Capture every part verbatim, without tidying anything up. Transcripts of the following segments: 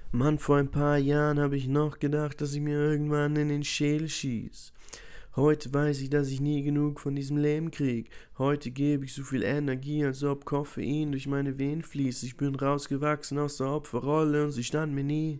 Mann, vor ein paar Jahren habe ich noch gedacht, dass ich mir irgendwann in den Schädel schieß. Heute weiß ich, dass ich nie genug von diesem Leben krieg. Heute gebe ich so viel Energie, als ob Koffein durch meine Venen fließt. Ich bin rausgewachsen aus der Opferrolle und sie stand mir nie.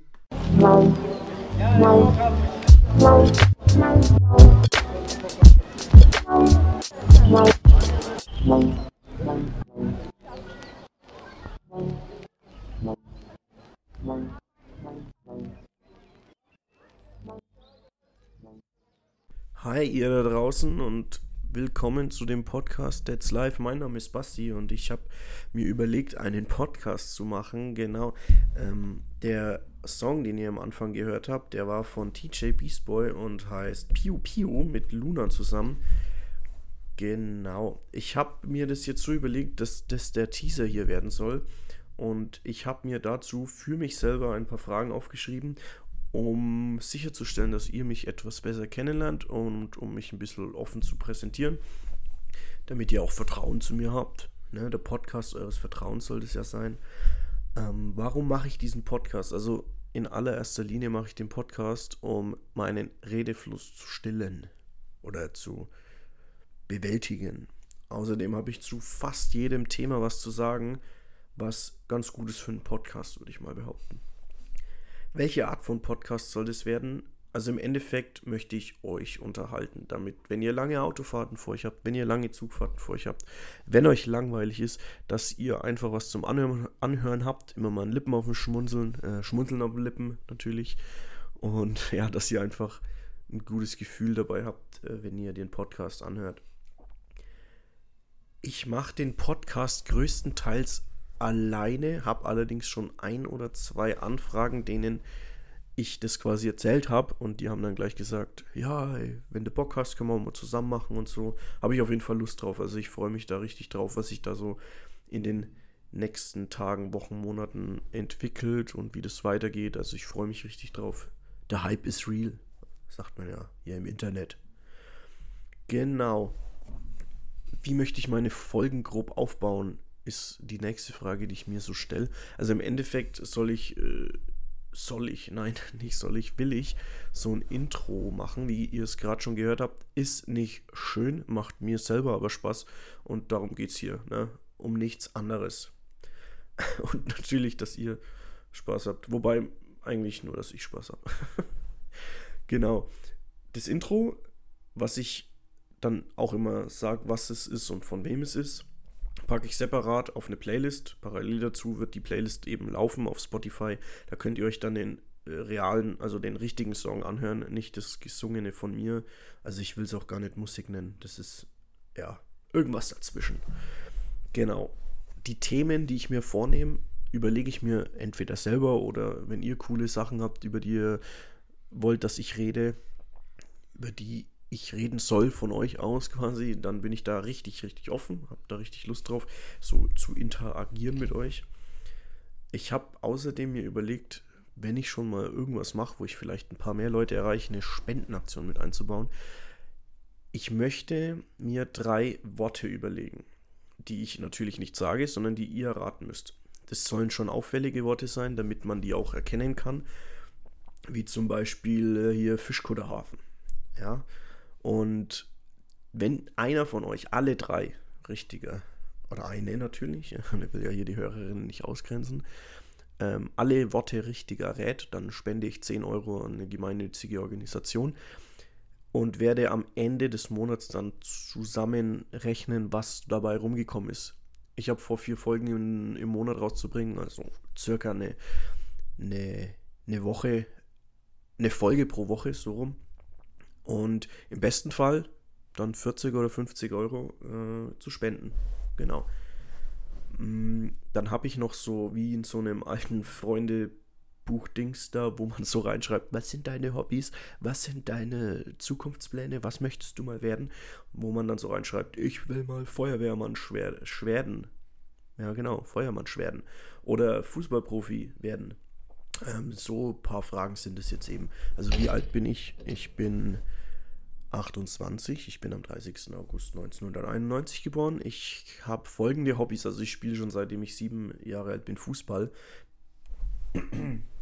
Hi ihr da draußen und willkommen zu dem Podcast That's Life. Mein Name ist Basti und ich habe mir überlegt, einen Podcast zu machen. Genau, ähm, der Song, den ihr am Anfang gehört habt, der war von T J Beast Boy und heißt Piu Piu mit Luna zusammen. Genau, ich habe mir das jetzt so überlegt, dass das der Teaser hier werden soll. Und ich habe mir dazu für mich selber ein paar Fragen aufgeschrieben, um sicherzustellen, dass ihr mich etwas besser kennenlernt und um mich ein bisschen offen zu präsentieren, damit ihr auch Vertrauen zu mir habt. Ne, der Podcast eures Vertrauens soll das ja sein. Ähm, warum mache ich diesen Podcast? Also in allererster Linie mache ich den Podcast, um meinen Redefluss zu stillen oder zu bewältigen. Außerdem habe ich zu fast jedem Thema was zu sagen, was ganz gut ist für einen Podcast, würde ich mal behaupten. Welche Art von Podcast soll das werden? Also im Endeffekt möchte ich euch unterhalten, damit, wenn ihr lange Autofahrten vor euch habt, wenn ihr lange Zugfahrten vor euch habt, wenn euch langweilig ist, dass ihr einfach was zum Anhören, Anhören habt, immer mal ein Lippen auf dem Schmunzeln, äh, Schmunzeln auf den Lippen natürlich, und ja, dass ihr einfach ein gutes Gefühl dabei habt, äh, wenn ihr den Podcast anhört. Ich mache den Podcast größtenteils alleine, habe allerdings schon ein oder zwei Anfragen, denen ich das quasi erzählt habe, und die haben dann gleich gesagt, ja, ey, wenn du Bock hast, können wir mal zusammen machen und so. Habe ich auf jeden Fall Lust drauf. Also ich freue mich da richtig drauf, was sich da so in den nächsten Tagen, Wochen, Monaten entwickelt und wie das weitergeht. Also ich freue mich richtig drauf. Der Hype ist real, sagt man ja hier im Internet. Genau. Wie möchte ich meine Folgen grob aufbauen, ist die nächste Frage, die ich mir so stelle. Also im Endeffekt soll ich, äh, soll ich, nein, nicht soll ich, will ich so ein Intro machen, wie ihr es gerade schon gehört habt. Ist nicht schön, macht mir selber aber Spaß, und darum geht es hier, ne? Um nichts anderes. Und natürlich, dass ihr Spaß habt. Wobei, eigentlich nur, dass ich Spaß habe. Genau. Das Intro, was ich dann auch immer sage, was es ist und von wem es ist, packe ich separat auf eine Playlist. Parallel dazu wird die Playlist eben laufen auf Spotify. Da könnt ihr euch dann den äh, realen, also den richtigen Song anhören, nicht das Gesungene von mir. Also ich will es auch gar nicht Musik nennen. Das ist, ja, irgendwas dazwischen. Genau. Die Themen, die ich mir vornehme, überlege ich mir entweder selber, oder wenn ihr coole Sachen habt, über die ihr wollt, dass ich rede, über die ich reden soll von euch aus quasi, dann bin ich da richtig, richtig offen, habe da richtig Lust drauf, so zu interagieren mit euch. Ich habe außerdem mir überlegt, wenn ich schon mal irgendwas mache, wo ich vielleicht ein paar mehr Leute erreiche, eine Spendenaktion mit einzubauen. Ich möchte mir drei Worte überlegen, die ich natürlich nicht sage, sondern die ihr raten müsst. Das sollen schon auffällige Worte sein, damit man die auch erkennen kann, wie zum Beispiel äh, hier Fischkutterhafen. Ja, und wenn einer von euch, alle drei richtige, oder eine natürlich, ich will ja hier die Hörerinnen nicht ausgrenzen, ähm, alle Worte richtiger rät, dann spende ich zehn Euro an eine gemeinnützige Organisation und werde am Ende des Monats dann zusammenrechnen, was dabei rumgekommen ist. Ich habe vor, vier Folgen in, im Monat rauszubringen, also circa eine, eine, eine Woche, eine Folge pro Woche, so rum. Und im besten Fall dann vierzig oder fünfzig Euro äh, zu spenden. Genau. Mm, Dann habe ich noch so, wie in so einem alten Freunde-Buch-Dings da, wo man so reinschreibt, was sind deine Hobbys, was sind deine Zukunftspläne, was möchtest du mal werden? Wo man dann so reinschreibt, ich will mal Feuerwehrmann schwer, werden. Ja genau, Feuermann werden. Oder Fußballprofi werden. Ähm, so ein paar Fragen sind es jetzt eben. Also wie alt bin ich? Ich bin achtundzwanzig, ich bin am dreißigsten August neunzehnhunderteinundneunzig geboren. Ich habe folgende Hobbys, also ich spiele schon seitdem ich sieben Jahre alt bin Fußball.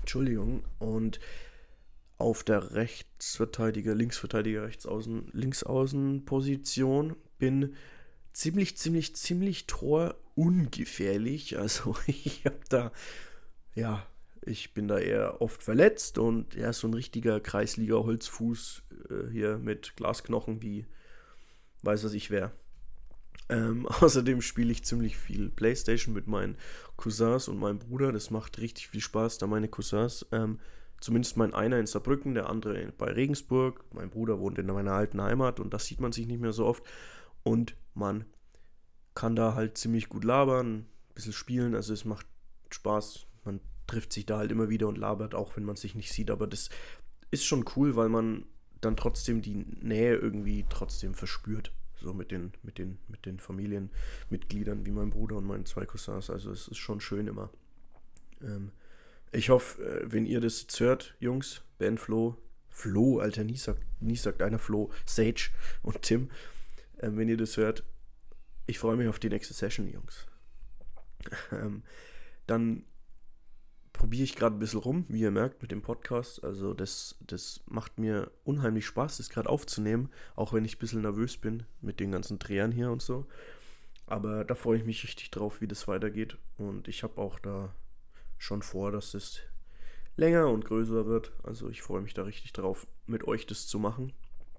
Entschuldigung. Und auf der Rechtsverteidiger, Linksverteidiger, Rechtsaußen, Linksaußenposition bin ziemlich, ziemlich, ziemlich torungefährlich. Also ich habe da, ja, ich bin da eher oft verletzt und er ist so ein richtiger Kreisliga-Holzfuß äh, hier mit Glasknochen, wie weiß was ich wer. Ähm, außerdem spiele ich ziemlich viel Playstation mit meinen Cousins und meinem Bruder. Das macht richtig viel Spaß, da meine Cousins, ähm, zumindest mein einer in Saarbrücken, der andere bei Regensburg. Mein Bruder wohnt in meiner alten Heimat und da sieht man sich nicht mehr so oft. Und man kann da halt ziemlich gut labern, ein bisschen spielen, also es macht Spaß. Man trifft sich da halt immer wieder und labert, auch wenn man sich nicht sieht. Aber das ist schon cool, weil man dann trotzdem die Nähe irgendwie trotzdem verspürt. So mit den, mit den, mit den Familienmitgliedern wie mein Bruder und meinen zwei Cousins. Also es ist schon schön immer. Ähm, ich hoffe, äh, wenn ihr das jetzt hört, Jungs, Ben, Flo, Flo, Alter, nie sagt, nie sagt einer Flo, Sage und Tim, ähm, wenn ihr das hört, ich freue mich auf die nächste Session, Jungs. ähm, dann probiere ich gerade ein bisschen rum, wie ihr merkt, mit dem Podcast. Also das, das macht mir unheimlich Spaß, das gerade aufzunehmen, auch wenn ich ein bisschen nervös bin mit den ganzen Drehern hier und so. Aber da freue ich mich richtig drauf, wie das weitergeht. Und ich habe auch da schon vor, dass es länger und größer wird. Also ich freue mich da richtig drauf, mit euch das zu machen.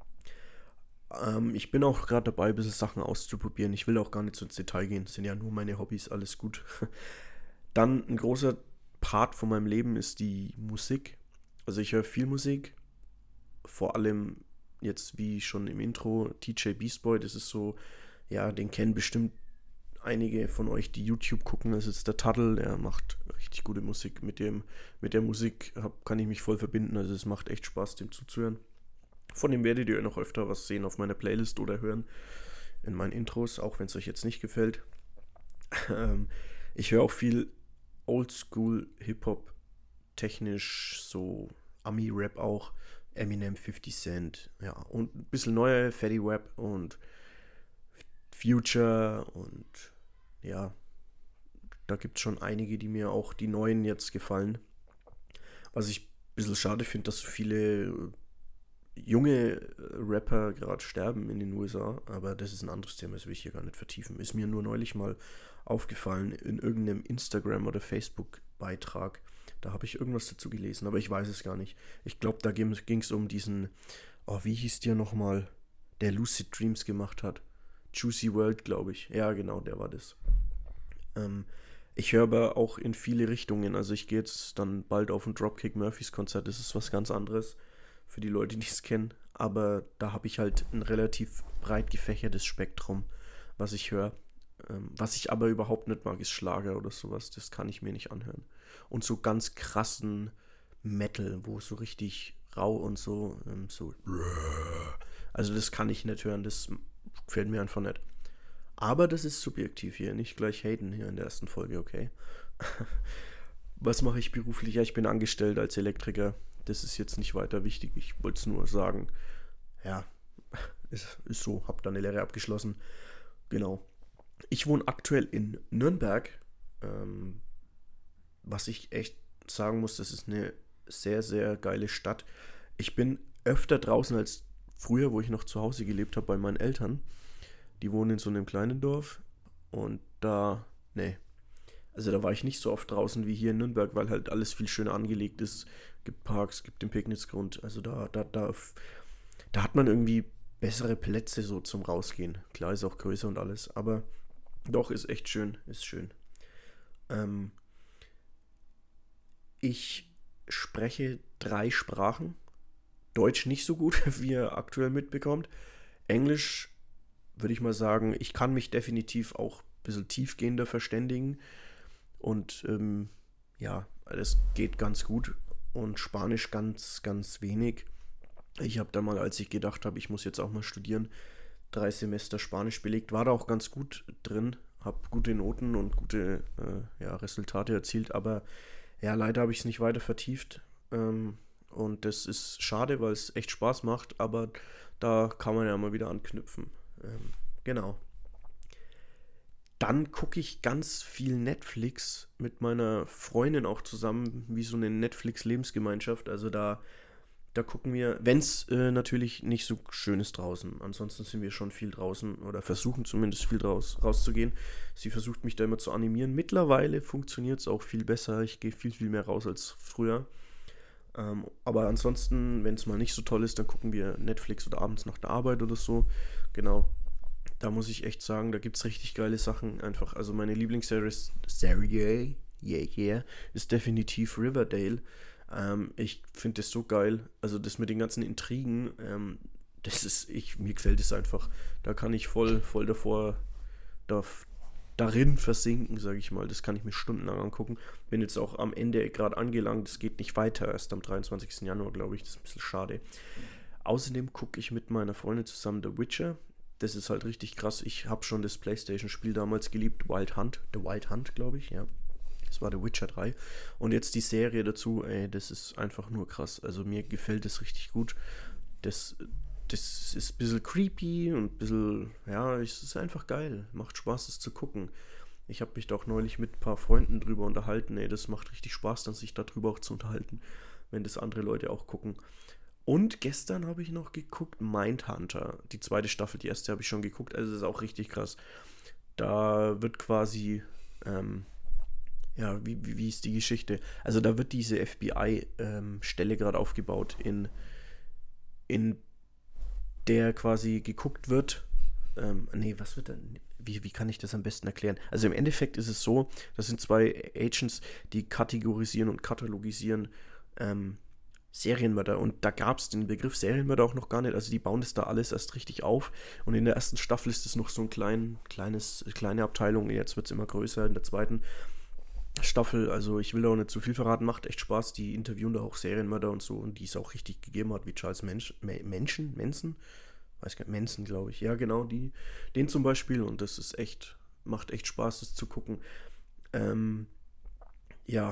Ähm, ich bin auch gerade dabei, ein bisschen Sachen auszuprobieren. Ich will auch gar nicht so ins Detail gehen. Das sind ja nur meine Hobbys, alles gut. Dann ein großer Part von meinem Leben ist die Musik. Also ich höre viel Musik, vor allem jetzt wie schon im Intro D J Beast Boy, das ist so, ja, den kennen bestimmt einige von euch, die YouTube gucken. Das ist der Tuttle, der macht richtig gute Musik. Mit dem, mit der Musik hab, kann ich mich voll verbinden, also es macht echt Spaß, dem zuzuhören. Von dem werdet ihr noch öfter was sehen auf meiner Playlist oder hören in meinen Intros, auch wenn es euch jetzt nicht gefällt. ähm, ich höre auch viel Oldschool Hip-Hop, technisch, so Ami-Rap auch, Eminem, fifty Cent, ja, und ein bisschen neuer Fetty Wap und Future und ja, da gibt es schon einige, die mir auch die neuen jetzt gefallen. Was ich ein bisschen schade finde, dass so viele junge Rapper gerade sterben in den U S A, aber das ist ein anderes Thema, das will ich hier gar nicht vertiefen. Ist mir nur neulich mal aufgefallen in irgendeinem Instagram- oder Facebook-Beitrag. Da habe ich irgendwas dazu gelesen, aber ich weiß es gar nicht. Ich glaube, da ging es um diesen, oh, wie hieß der nochmal, der Lucid Dreams gemacht hat. Juicy World, glaube ich. Ja, genau, der war das. Ähm, ich höre aber auch in viele Richtungen. Also ich gehe jetzt dann bald auf ein Dropkick Murphys Konzert. Das ist was ganz anderes für die Leute, die es kennen. Aber da habe ich halt ein relativ breit gefächertes Spektrum, was ich höre. Ähm, was ich aber überhaupt nicht mag, ist Schlager oder sowas. Das kann ich mir nicht anhören. Und so ganz krassen Metal, wo so richtig rau und so, ähm, so. Also das kann ich nicht hören. Das gefällt mir einfach nicht. Aber das ist subjektiv hier, nicht gleich haten hier in der ersten Folge, okay? Was mache ich beruflich? Ja, ich bin angestellt als Elektriker. Das ist jetzt nicht weiter wichtig. Ich wollte es nur sagen. Ja, ist, ist so. Hab da eine Lehre abgeschlossen. Genau. Ich wohne aktuell in Nürnberg. Ähm, was ich echt sagen muss, das ist eine sehr, sehr geile Stadt. Ich bin öfter draußen als früher, wo ich noch zu Hause gelebt habe bei meinen Eltern. Die wohnen in so einem kleinen Dorf. Und da, nee. Also da war ich nicht so oft draußen wie hier in Nürnberg, weil halt alles viel schöner angelegt ist. Gibt Parks, gibt den Picknicksgrund. Also da, da, da, da hat man irgendwie bessere Plätze so zum Rausgehen. Klar ist auch größer und alles, aber doch, ist echt schön, ist schön. Ähm, ich spreche drei Sprachen. Deutsch nicht so gut, wie ihr aktuell mitbekommt. Englisch würde ich mal sagen, ich kann mich definitiv auch ein bisschen tiefgehender verständigen. Und ähm, ja, das geht ganz gut. Und Spanisch ganz, ganz wenig. Ich habe da mal, als ich gedacht habe, ich muss jetzt auch mal studieren, drei Semester Spanisch belegt, war da auch ganz gut drin, habe gute Noten und gute äh, ja, Resultate erzielt, aber ja, leider habe ich es nicht weiter vertieft. Ähm, und das ist schade, weil es echt Spaß macht, aber da kann man ja mal wieder anknüpfen. Ähm, genau. Dann gucke ich ganz viel Netflix mit meiner Freundin auch zusammen, wie so eine Netflix-Lebensgemeinschaft. Also da, da gucken wir, wenn es äh, natürlich nicht so schön ist draußen. Ansonsten sind wir schon viel draußen oder versuchen zumindest viel draus, rauszugehen. Sie versucht mich da immer zu animieren. Mittlerweile funktioniert es auch viel besser. Ich gehe viel, viel mehr raus als früher. Ähm, aber ansonsten, wenn es mal nicht so toll ist, dann gucken wir Netflix oder abends nach der Arbeit oder so. Genau. Da muss ich echt sagen, da gibt es richtig geile Sachen einfach. Also meine Lieblingsserie ist Serie, yeah, yeah, ist definitiv Riverdale. Ähm, ich finde das so geil. Also das mit den ganzen Intrigen, ähm, das ist, ich, mir gefällt es einfach. Da kann ich voll, voll davor, da, darin versinken, sage ich mal. Das kann ich mir stundenlang angucken. Bin jetzt auch am Ende gerade angelangt. Es geht nicht weiter, erst am dreiundzwanzigsten Januar, glaube ich. Das ist ein bisschen schade. Außerdem gucke ich mit meiner Freundin zusammen The Witcher. Das ist halt richtig krass. Ich habe schon das PlayStation-Spiel damals geliebt. Wild Hunt. The Wild Hunt, glaube ich, ja. Das war The Witcher drei. Und jetzt die Serie dazu, ey, das ist einfach nur krass. Also mir gefällt das richtig gut. Das, das ist ein bisschen creepy und ein bisschen, ja, es ist einfach geil. Macht Spaß, das zu gucken. Ich habe mich da auch neulich mit ein paar Freunden drüber unterhalten. Ey, das macht richtig Spaß, dann sich darüber auch zu unterhalten, wenn das andere Leute auch gucken. Und gestern habe ich noch geguckt, Mindhunter. Die zweite Staffel, die erste habe ich schon geguckt. Also das ist auch richtig krass. Da wird quasi, ähm, ja, wie, wie, wie ist die Geschichte? Also da wird diese F B I-Stelle gerade aufgebaut, in, in der quasi geguckt wird. Ähm, nee, was wird denn? Wie, wie kann ich das am besten erklären? Also im Endeffekt ist es so, das sind zwei Agents, die kategorisieren und katalogisieren ähm, Serienmörder. Und da gab es den Begriff Serienmörder auch noch gar nicht. Also die bauen das da alles erst richtig auf. Und in der ersten Staffel ist es noch so ein klein, kleines, kleine Abteilung. Jetzt wird es immer größer in der zweiten Staffel. Also ich will da auch nicht zu viel verraten. Macht echt Spaß. Die interviewen da auch Serienmörder und so. Und die es auch richtig gegeben hat, wie Charles Mensch, Menschen, Manson? Weiß gar nicht, Manson, glaube ich. Ja, genau, die. Den zum Beispiel. Und das ist echt, macht echt Spaß, das zu gucken. Ähm, ja,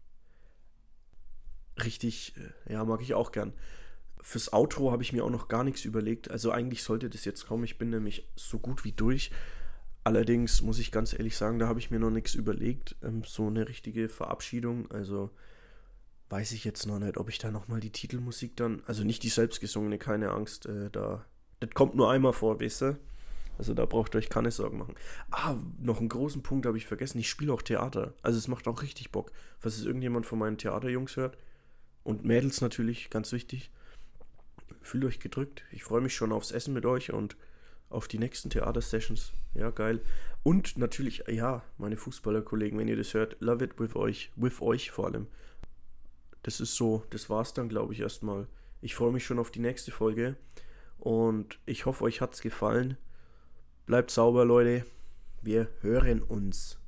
richtig, äh, ja, mag ich auch gern. Fürs Outro habe ich mir auch noch gar nichts überlegt. Also eigentlich sollte das jetzt kommen. Ich bin nämlich so gut wie durch. Allerdings muss ich ganz ehrlich sagen, da habe ich mir noch nichts überlegt. Ähm, so eine richtige Verabschiedung. Also weiß ich jetzt noch nicht, ob ich da nochmal die Titelmusik dann. Also nicht die selbstgesungene, keine Angst. Äh, da, das kommt nur einmal vor, weißt du? Also da braucht ihr euch keine Sorgen machen. Ah, noch einen großen Punkt habe ich vergessen. Ich spiele auch Theater. Also es macht auch richtig Bock. Falls es irgendjemand von meinen Theaterjungs hört. Und Mädels natürlich, ganz wichtig. Fühlt euch gedrückt. Ich freue mich schon aufs Essen mit euch und auf die nächsten Theater-Sessions. Ja, geil. Und natürlich, ja, meine Fußballerkollegen, wenn ihr das hört, love it with euch. With euch vor allem. Das ist so, das war's dann, glaube ich, erstmal. Ich freue mich schon auf die nächste Folge. Und ich hoffe, euch hat's gefallen. Bleibt sauber, Leute. Wir hören uns.